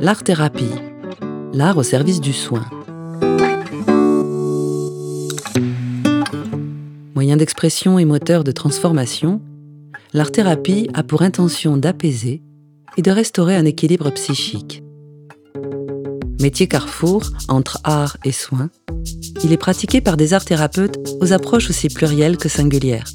l'art-thérapie, l'art au service du soin. Moyen d'expression et moteur de transformation, l'art-thérapie a pour intention d'apaiser et de restaurer un équilibre psychique. Métier carrefour entre art et soin, il est pratiqué par des art-thérapeutes aux approches aussi plurielles que singulières.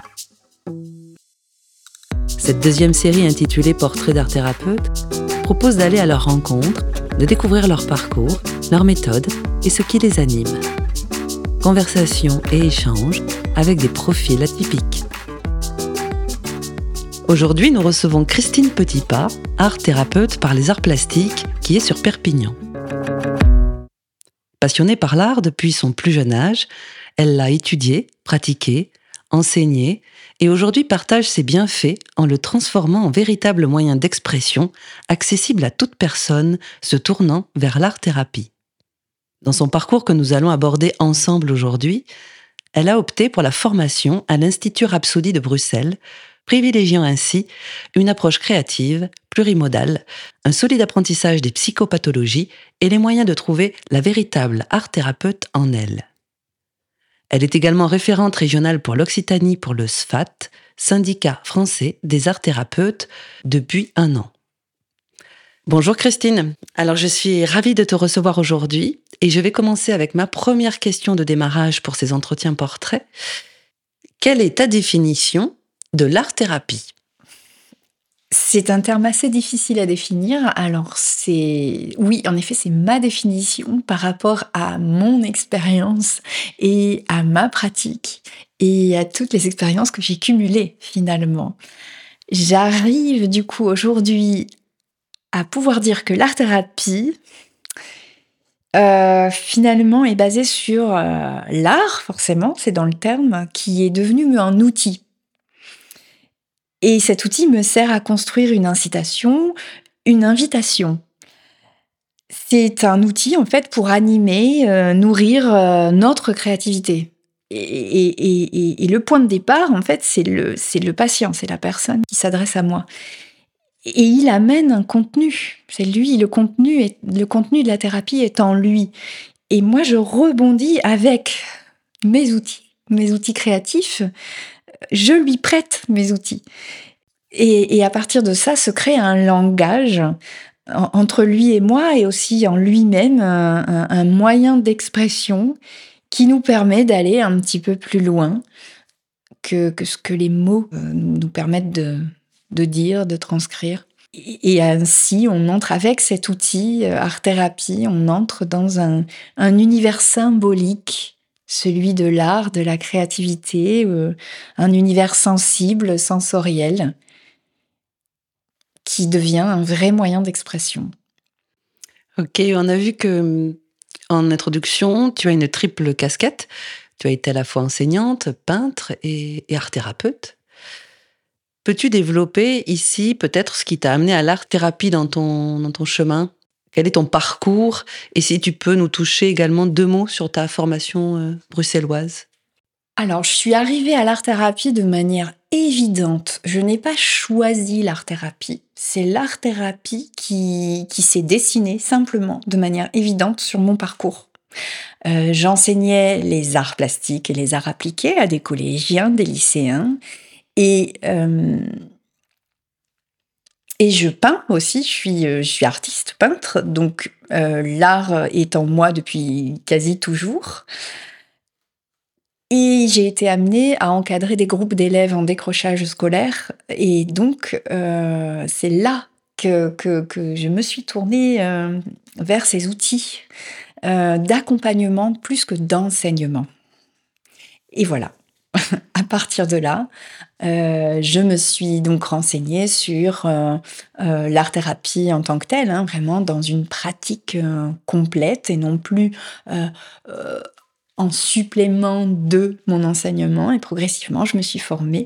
Cette deuxième série intitulée Portrait d'art-thérapeute propose d'aller à leur rencontre, de découvrir leur parcours, leurs méthodes et ce qui les anime. Conversations et échanges avec des profils atypiques. Aujourd'hui, nous recevons Christine Petitpas, art-thérapeute par les arts plastiques, qui est sur Perpignan. Passionnée par l'art depuis son plus jeune âge, elle l'a étudié, pratiqué, enseigné et aujourd'hui partage ses bienfaits en le transformant en véritable moyen d'expression accessible à toute personne se tournant vers l'art-thérapie. Dans son parcours que nous allons aborder ensemble aujourd'hui, elle a opté pour la formation à l'Institut Rhapsody de Bruxelles, privilégiant ainsi une approche créative, plurimodale, un solide apprentissage des psychopathologies et les moyens de trouver la véritable art-thérapeute en elle. Elle est également référente régionale pour l'Occitanie pour le SFAT, syndicat français des arts-thérapeutes, depuis 1 an. Bonjour Christine, alors je suis ravie de te recevoir aujourd'hui et je vais commencer avec ma première question de démarrage pour ces entretiens portraits. Quelle est ta définition de l'art-thérapie ? C'est un terme assez difficile à définir. Alors oui, en effet, c'est ma définition par rapport à mon expérience et à ma pratique et à toutes les expériences que j'ai cumulées finalement. J'arrive du coup aujourd'hui à pouvoir dire que l'art-thérapie finalement est basée sur l'art, forcément, c'est dans le terme, qui est devenu un outil. Et cet outil me sert à construire une incitation, une invitation. C'est un outil, en fait, pour animer, nourrir notre créativité. Et le point de départ, en fait, c'est le patient, c'est la personne qui s'adresse à moi. Et il amène un contenu. C'est lui, le contenu de la thérapie est en lui. Et moi, je rebondis avec mes outils créatifs. Je lui prête mes outils. Et à partir de ça, se crée un langage entre lui et moi et aussi en lui-même, un moyen d'expression qui nous permet d'aller un petit peu plus loin que ce que les mots nous permettent de dire, de transcrire. Et ainsi, on entre avec cet outil art-thérapie, on entre dans un univers symbolique, celui de l'art, de la créativité, un univers sensible, sensoriel, qui devient un vrai moyen d'expression. Ok, on a vu que en introduction, tu as une triple casquette. Tu as été à la fois enseignante, peintre et art-thérapeute. Peux-tu développer ici peut-être ce qui t'a amené à l'art-thérapie dans ton chemin ? Quel est ton parcours ? Et si tu peux nous toucher également 2 mots sur ta formation bruxelloise. Alors, je suis arrivée à l'art-thérapie de manière évidente. Je n'ai pas choisi l'art-thérapie. C'est l'art-thérapie qui s'est dessinée simplement, de manière évidente, sur mon parcours. J'enseignais les arts plastiques et les arts appliqués à des collégiens, des lycéens. Et je peins aussi, je suis artiste peintre, donc l'art est en moi depuis quasi toujours. Et j'ai été amenée à encadrer des groupes d'élèves en décrochage scolaire. Et donc, c'est là que je me suis tournée vers ces outils d'accompagnement plus que d'enseignement. Et voilà. À partir de là, je me suis donc renseignée sur l'art-thérapie en tant que telle, vraiment dans une pratique complète et non plus en supplément de mon enseignement. Et progressivement, je me suis formée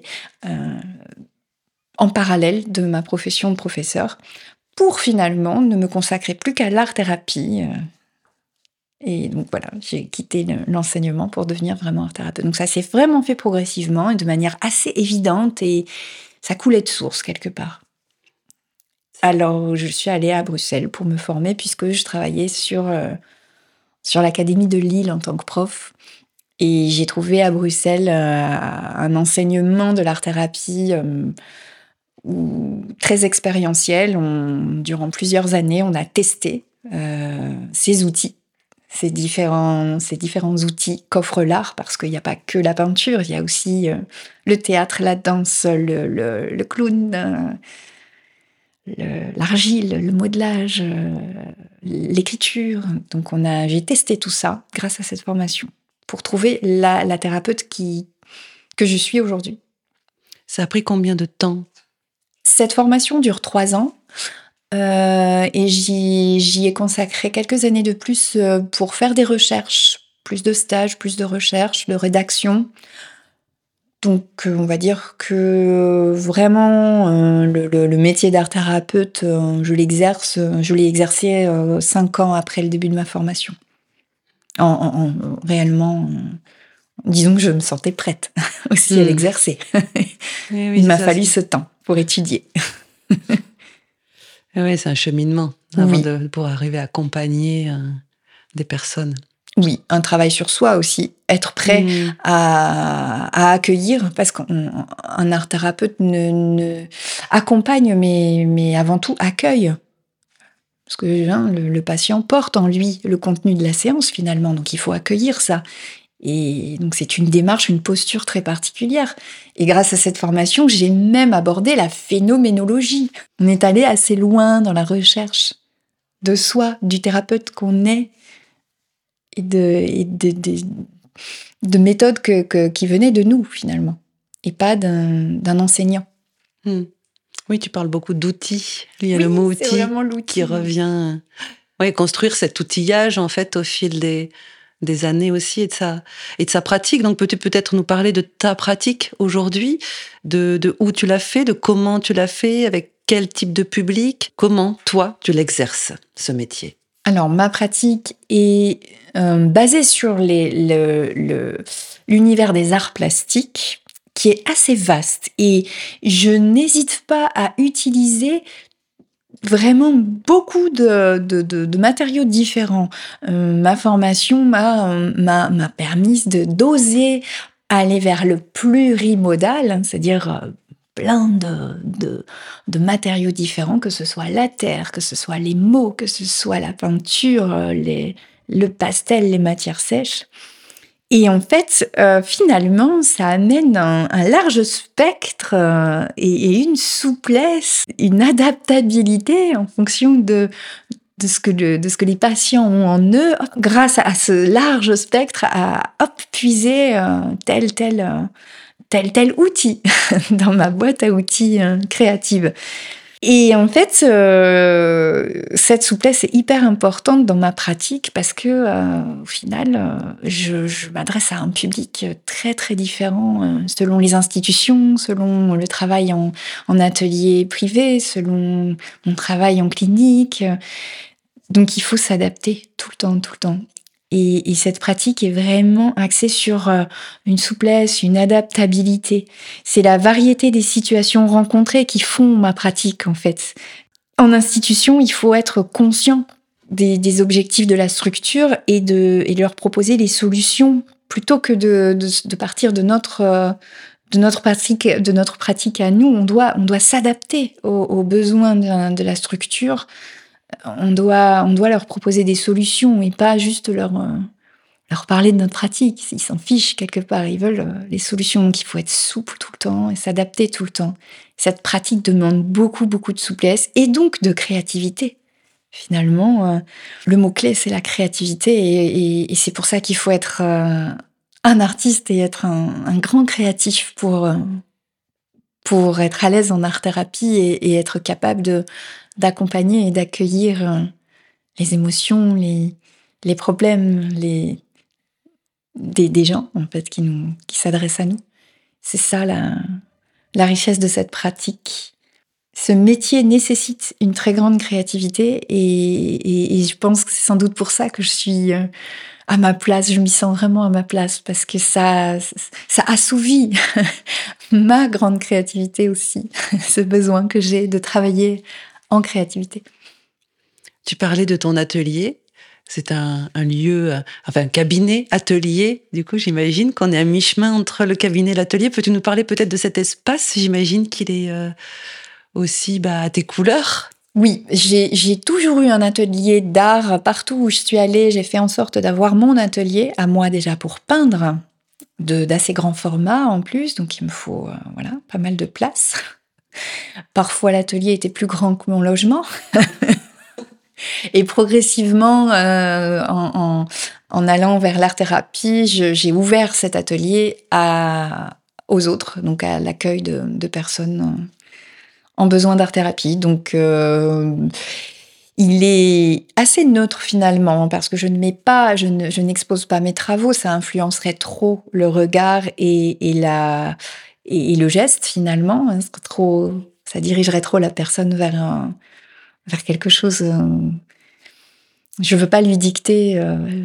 en parallèle de ma profession de professeur pour finalement ne me consacrer plus qu'à l'art-thérapie. Et donc voilà, j'ai quitté l'enseignement pour devenir vraiment art-thérapeute. Donc ça s'est vraiment fait progressivement et de manière assez évidente et ça coulait de source quelque part. Alors, je suis allée à Bruxelles pour me former puisque je travaillais sur l'académie de Lille en tant que prof. Et j'ai trouvé à Bruxelles un enseignement de l'art-thérapie très expérientiel. Durant plusieurs années, on a testé ces outils, ces différents outils qu'offre l'art, parce qu'il n'y a pas que la peinture, il y a aussi le théâtre, la danse, le clown, l'argile, le modelage, l'écriture. Donc j'ai testé tout ça grâce à cette formation pour trouver la thérapeute que je suis aujourd'hui. Ça a pris combien de temps? Cette formation dure 3 ans et j'y ai consacré quelques années de plus pour faire des recherches, plus de stages, plus de recherches, de rédaction. Donc, on va dire que vraiment, le métier d'art-thérapeute, je l'ai exercé 5 ans après le début de ma formation. Réellement, disons que je me sentais prête aussi à l'exercer. Oui, Il m'a fallu ce temps pour étudier. Oui, c'est un cheminement pour arriver à accompagner des personnes. Oui, un travail sur soi aussi, être prêt à accueillir, parce qu'un art-thérapeute ne accompagne, mais avant tout accueille. Parce que le patient porte en lui le contenu de la séance finalement, donc il faut accueillir ça. Et donc c'est une démarche, une posture très particulière. Et grâce à cette formation, j'ai même abordé la phénoménologie. On est allé assez loin dans la recherche de soi, du thérapeute qu'on est, et de méthodes qui venaient de nous finalement, et pas d'un enseignant. Oui, tu parles beaucoup d'outils. Il y a le mot outil qui revient. Oui, construire cet outillage en fait au fil des années aussi et de sa pratique. Donc peux-tu peut-être nous parler de ta pratique aujourd'hui, de où tu l'as fait, de comment tu l'as fait, avec quel type de public, comment toi tu l'exerces ce métier? Alors ma pratique est basée sur l'univers des arts plastiques, qui est assez vaste, et je n'hésite pas à utiliser vraiment beaucoup de matériaux différents. Ma formation m'a permis d'oser aller vers le plurimodal, c'est-à-dire plein de matériaux différents, que ce soit la terre, que ce soit les mots, que ce soit la peinture, le pastel, les matières sèches. Et en fait, finalement, ça amène un large spectre et une souplesse, une adaptabilité en fonction de ce que les patients ont en eux, grâce à ce large spectre, à puiser tel outil dans ma boîte à outils créative. Et en fait, cette souplesse est hyper importante dans ma pratique parce que, au final, je m'adresse à un public très très différent selon les institutions, selon le travail en atelier privé, selon mon travail en clinique. Donc il faut s'adapter tout le temps, tout le temps. Et cette pratique est vraiment axée sur une souplesse, une adaptabilité. C'est la variété des situations rencontrées qui font ma pratique, en fait. En institution, il faut être conscient des objectifs de la structure et de leur proposer des solutions plutôt que de partir de notre pratique à nous. On doit s'adapter aux besoins de la structure. On doit leur proposer des solutions et pas juste leur parler de notre pratique. Ils s'en fichent quelque part, ils veulent les solutions. Donc il faut être souple tout le temps et s'adapter tout le temps. Cette pratique demande beaucoup, beaucoup de souplesse et donc de créativité. Finalement, le mot-clé, c'est la créativité et c'est pour ça qu'il faut être un artiste et être un grand créatif pour être à l'aise en art-thérapie et être capable d'accompagner et d'accueillir les émotions, les problèmes, des gens en fait qui s'adressent à nous. C'est ça la richesse de cette pratique. Ce métier nécessite une très grande créativité et je pense que c'est sans doute pour ça que je suis à ma place. Je m'y sens vraiment à ma place parce que ça assouvit ma grande créativité aussi, ce besoin que j'ai de travailler en créativité. Tu parlais de ton atelier. C'est un lieu, enfin un cabinet, atelier. Du coup, j'imagine qu'on est à mi-chemin entre le cabinet et l'atelier. Peux-tu nous parler peut-être de cet espace? J'imagine qu'il est aussi à tes couleurs. Oui, j'ai toujours eu un atelier d'art. Partout où je suis allée, j'ai fait en sorte d'avoir mon atelier, à moi déjà pour peindre, d'assez grand format en plus, donc il me faut pas mal de place. Parfois, l'atelier était plus grand que mon logement. Et progressivement, en allant vers l'art-thérapie, j'ai ouvert cet atelier aux autres, donc à l'accueil de personnes en besoin d'art-thérapie. Donc, il est assez neutre finalement, parce que je n'expose pas mes travaux, ça influencerait trop le regard et le geste finalement. Ça dirigerait trop la personne vers quelque chose. Je veux pas lui dicter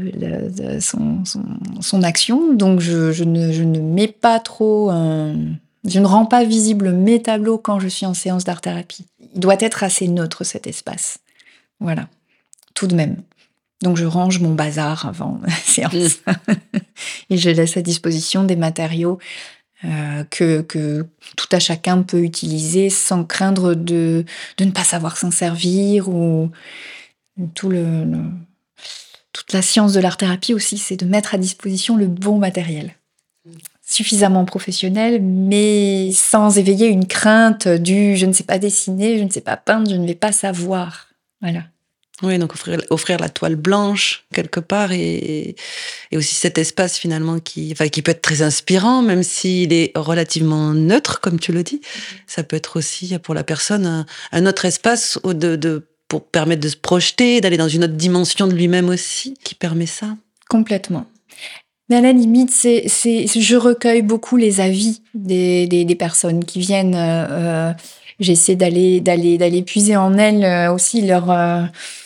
son action, donc je ne mets pas trop. Je ne rends pas visible mes tableaux quand je suis en séance d'art-thérapie. Il doit être assez neutre cet espace. Voilà, tout de même. Donc je range mon bazar avant la séance et je laisse à disposition des matériaux que tout à chacun peut utiliser sans craindre de ne pas savoir s'en servir ou toute la science de l'art-thérapie aussi, c'est de mettre à disposition le bon matériel. Suffisamment professionnel, mais sans éveiller une crainte du « je ne sais pas dessiner, je ne sais pas peindre, je ne vais pas savoir ». Voilà. Oui, donc offrir la toile blanche quelque part et aussi cet espace finalement qui peut être très inspirant, même s'il est relativement neutre, comme tu le dis. Ça peut être aussi pour la personne un autre espace pour permettre de se projeter, d'aller dans une autre dimension de lui-même aussi, qui permet ça. Complètement. Mais à la limite, je recueille beaucoup les avis des personnes qui viennent. J'essaie d'aller puiser en elles aussi leur...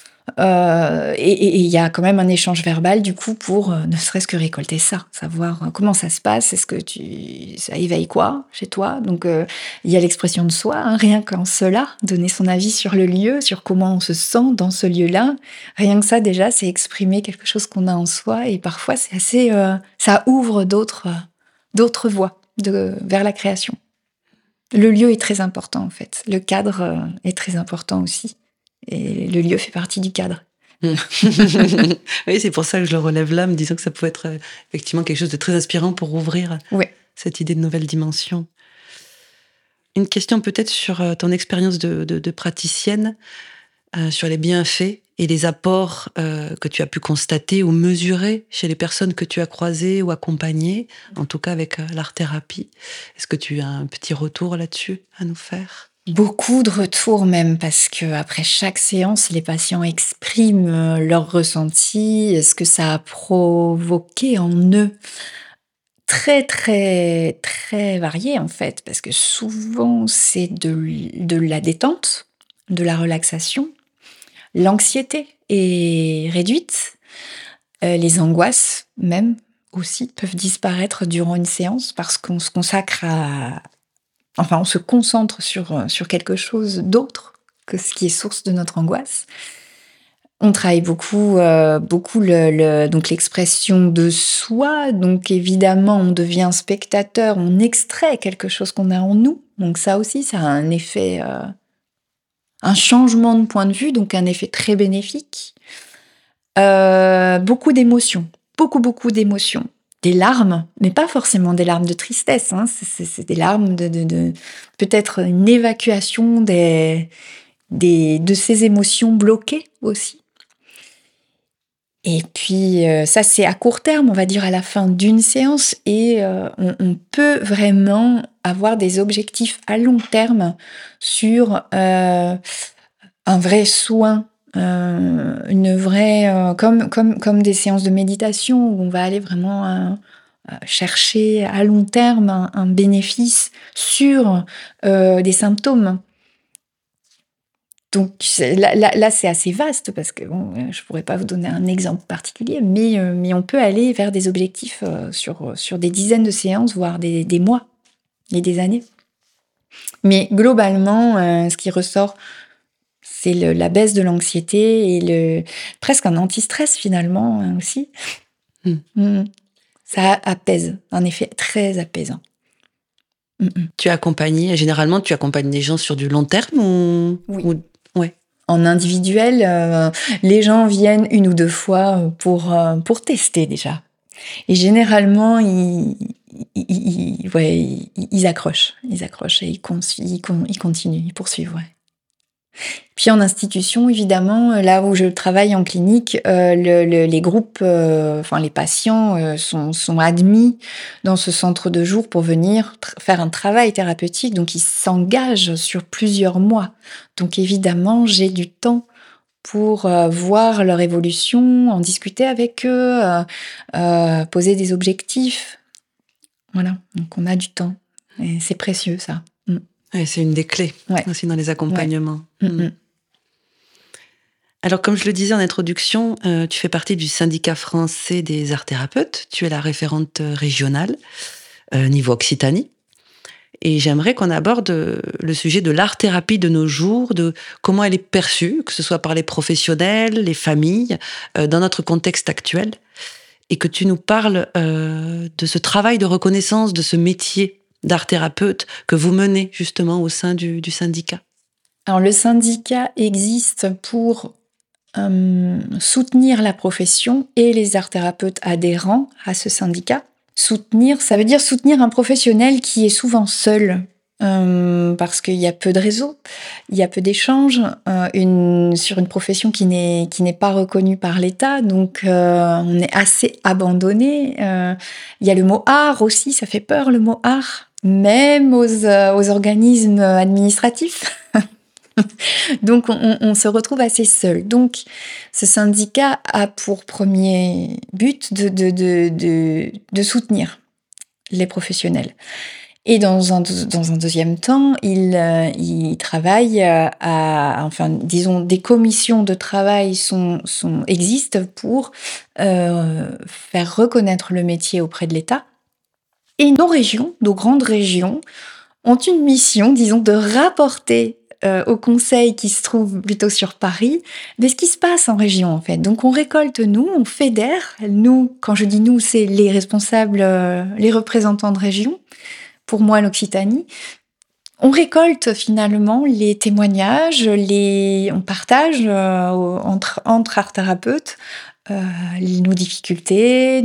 et il y a quand même un échange verbal du coup pour ne serait-ce que récolter ça, savoir comment ça se passe, est-ce que ça éveille quoi chez toi. Donc il y a l'expression de soi, rien qu'en cela, donner son avis sur le lieu, sur comment on se sent dans ce lieu-là, rien que ça déjà c'est exprimer quelque chose qu'on a en soi et parfois c'est assez ça ouvre d'autres voies vers la création. Le lieu est très important en fait, le cadre est très important aussi. Et le lieu fait partie du cadre. Oui, c'est pour ça que je le relève là, me disant que ça peut être effectivement quelque chose de très inspirant pour ouvrir cette idée de nouvelle dimension. Une question peut-être sur ton expérience de praticienne, sur les bienfaits et les apports que tu as pu constater ou mesurer chez les personnes que tu as croisées ou accompagnées, en tout cas avec l'art-thérapie. Est-ce que tu as un petit retour là-dessus à nous faire ? Beaucoup de retours même, parce que après chaque séance, les patients expriment leur ressenti, ce que ça a provoqué en eux. Très, très, très varié en fait, parce que souvent c'est de la détente, de la relaxation. L'anxiété est réduite, les angoisses même aussi peuvent disparaître durant une séance parce qu'on se consacre on se concentre sur quelque chose d'autre que ce qui est source de notre angoisse. On travaille beaucoup donc l'expression de soi. Donc évidemment, on devient spectateur, on extrait quelque chose qu'on a en nous. Donc ça aussi, ça a un effet, un changement de point de vue, donc un effet très bénéfique. Beaucoup d'émotions, beaucoup d'émotions. Des larmes, mais pas forcément des larmes de tristesse, hein. C'est des larmes de peut-être une évacuation de ces émotions bloquées aussi. Et puis ça, c'est à court terme, on va dire à la fin d'une séance, et on peut vraiment avoir des objectifs à long terme sur un vrai soin. Une vraie comme des séances de méditation où on va aller vraiment chercher à long terme un bénéfice sur des symptômes. Donc là c'est assez vaste parce que je pourrais pas vous donner un exemple particulier, mais on peut aller vers des objectifs sur des dizaines de séances, voire des mois et des années. Mais globalement, ce qui ressort, C'est la baisse de l'anxiété et presque un anti-stress finalement aussi. Ça apaise, un effet très apaisant. Généralement, tu accompagnes les gens sur du long terme Oui. Ouais. En individuel, les gens viennent 1 ou 2 fois pour tester déjà. Et généralement, ils accrochent. Ils accrochent et ils continuent, ils poursuivent, ouais. Puis en institution, évidemment, là où je travaille en clinique, les groupes, les patients sont admis dans ce centre de jour pour venir faire un travail thérapeutique. Donc, ils s'engagent sur plusieurs mois. Donc, évidemment, j'ai du temps pour voir leur évolution, en discuter avec eux, poser des objectifs. Voilà, donc on a du temps. Et c'est précieux, ça. Ouais, c'est une des clés aussi dans les accompagnements. Ouais. Alors, comme je le disais en introduction, tu fais partie du syndicat français des arts thérapeutes. Tu es la référente régionale niveau Occitanie. Et j'aimerais qu'on aborde le sujet de l'art-thérapie de nos jours, de comment elle est perçue, que ce soit par les professionnels, les familles, dans notre contexte actuel, et que tu nous parles de ce travail de reconnaissance, de ce métier d'art-thérapeute que vous menez justement au sein du syndicat. Alors, le syndicat existe pour soutenir la profession et les art-thérapeutes adhérents à ce syndicat. Soutenir, ça veut dire soutenir un professionnel qui est souvent seul, parce qu'il y a peu de réseaux, il y a peu d'échanges, sur une profession qui n'est pas reconnue par l'État, donc on est assez abandonné. Il y a le mot art aussi, ça fait peur le mot art, même aux organismes administratifs. Donc, on se retrouve assez seul. Donc, ce syndicat a pour premier but de soutenir les professionnels. Et dans un deuxième temps, il travaille disons, des commissions de travail existent pour faire reconnaître le métier auprès de l'État. Et nos grandes régions, ont une mission, disons, de rapporter au conseil qui se trouve plutôt sur Paris, de ce qui se passe en région, en fait. Donc, on récolte, on fédère. Nous, quand je dis nous, c'est les responsables, les représentants de région. Pour moi, l'Occitanie. On récolte finalement les témoignages, on partage entre art-thérapeutes nos difficultés,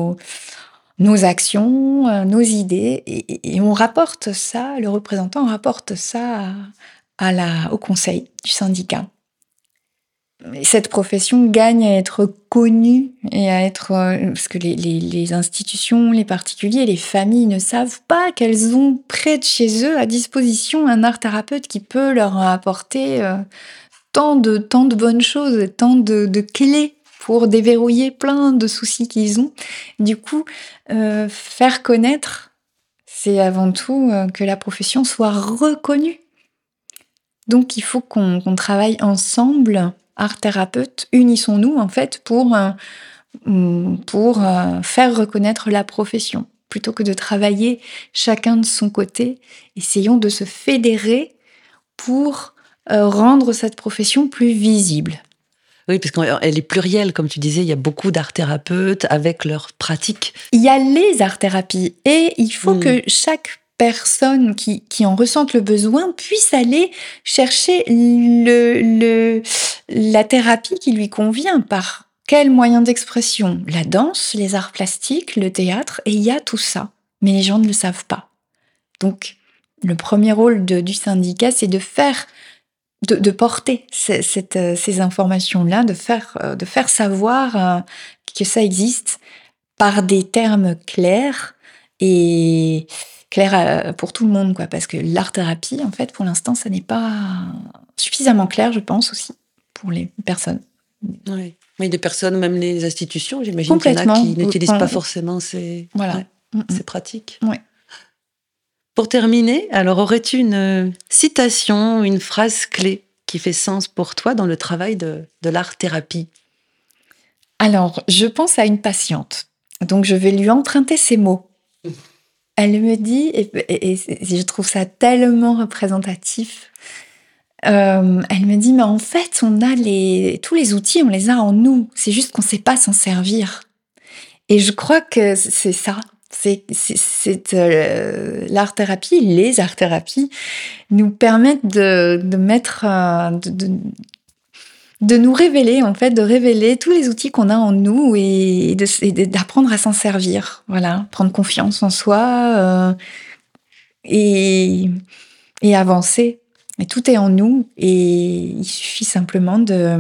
nos actions, nos idées, et on rapporte ça, le représentant rapporte ça au conseil du syndicat. Et cette profession gagne à être connue et à être... parce que les institutions, les particuliers, les familles ne savent pas qu'elles ont près de chez eux à disposition un art-thérapeute qui peut leur apporter tant de bonnes choses, tant de clés pour déverrouiller plein de soucis qu'ils ont. Du coup, faire connaître, c'est avant tout que la profession soit reconnue. Donc, il faut qu'on travaille ensemble, art-thérapeutes, unissons-nous en fait pour faire reconnaître la profession. Plutôt que de travailler chacun de son côté, essayons de se fédérer pour rendre cette profession plus visible. Oui, parce qu'elle est plurielle, comme tu disais, il y a beaucoup d'art-thérapeutes avec leurs pratiques. Il y a les art-thérapies et il faut que chaque personne qui en ressente le besoin puisse aller chercher la thérapie qui lui convient. Par quel moyen d'expression ? La danse, les arts plastiques, le théâtre, et il y a tout ça. Mais les gens ne le savent pas. Donc, le premier rôle du syndicat, c'est de porter ces informations-là, de faire savoir que ça existe par des termes clairs et clair pour tout le monde, quoi, parce que l'art-thérapie, en fait, pour l'instant, ça n'est pas suffisamment clair, je pense, aussi, pour les personnes. Oui, des personnes, même les institutions, j'imagine qu'il y en a qui n'utilisent pas forcément ces pratiques. Ouais. Pour terminer, alors aurais-tu une citation, une phrase clé qui fait sens pour toi dans le travail de l'art-thérapie ? Alors, je pense à une patiente, donc je vais lui emprunter ces mots. Elle me dit, et je trouve ça tellement représentatif, Elle me dit: «Mais en fait, on a tous les outils, on les a en nous. C'est juste qu'on ne sait pas s'en servir». Et je crois que c'est ça. L'art-thérapie, les arts-thérapies nous permettent de mettre, de nous révéler, en fait, de révéler tous les outils qu'on a en nous et d'apprendre à s'en servir. Voilà, prendre confiance en soi, et avancer. Et tout est en nous et il suffit simplement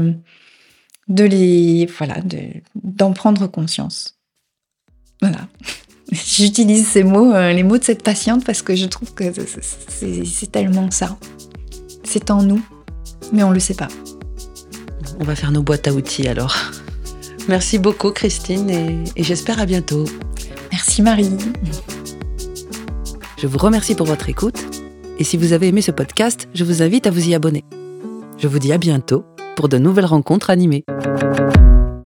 d'en prendre conscience. Voilà. J'utilise ces mots, les mots de cette patiente parce que je trouve que c'est tellement ça. C'est en nous, mais on le sait pas. On va faire nos boîtes à outils alors. Merci beaucoup Christine et j'espère à bientôt. Merci Marie. Je vous remercie pour votre écoute et si vous avez aimé ce podcast, je vous invite à vous y abonner. Je vous dis à bientôt pour de nouvelles rencontres animées.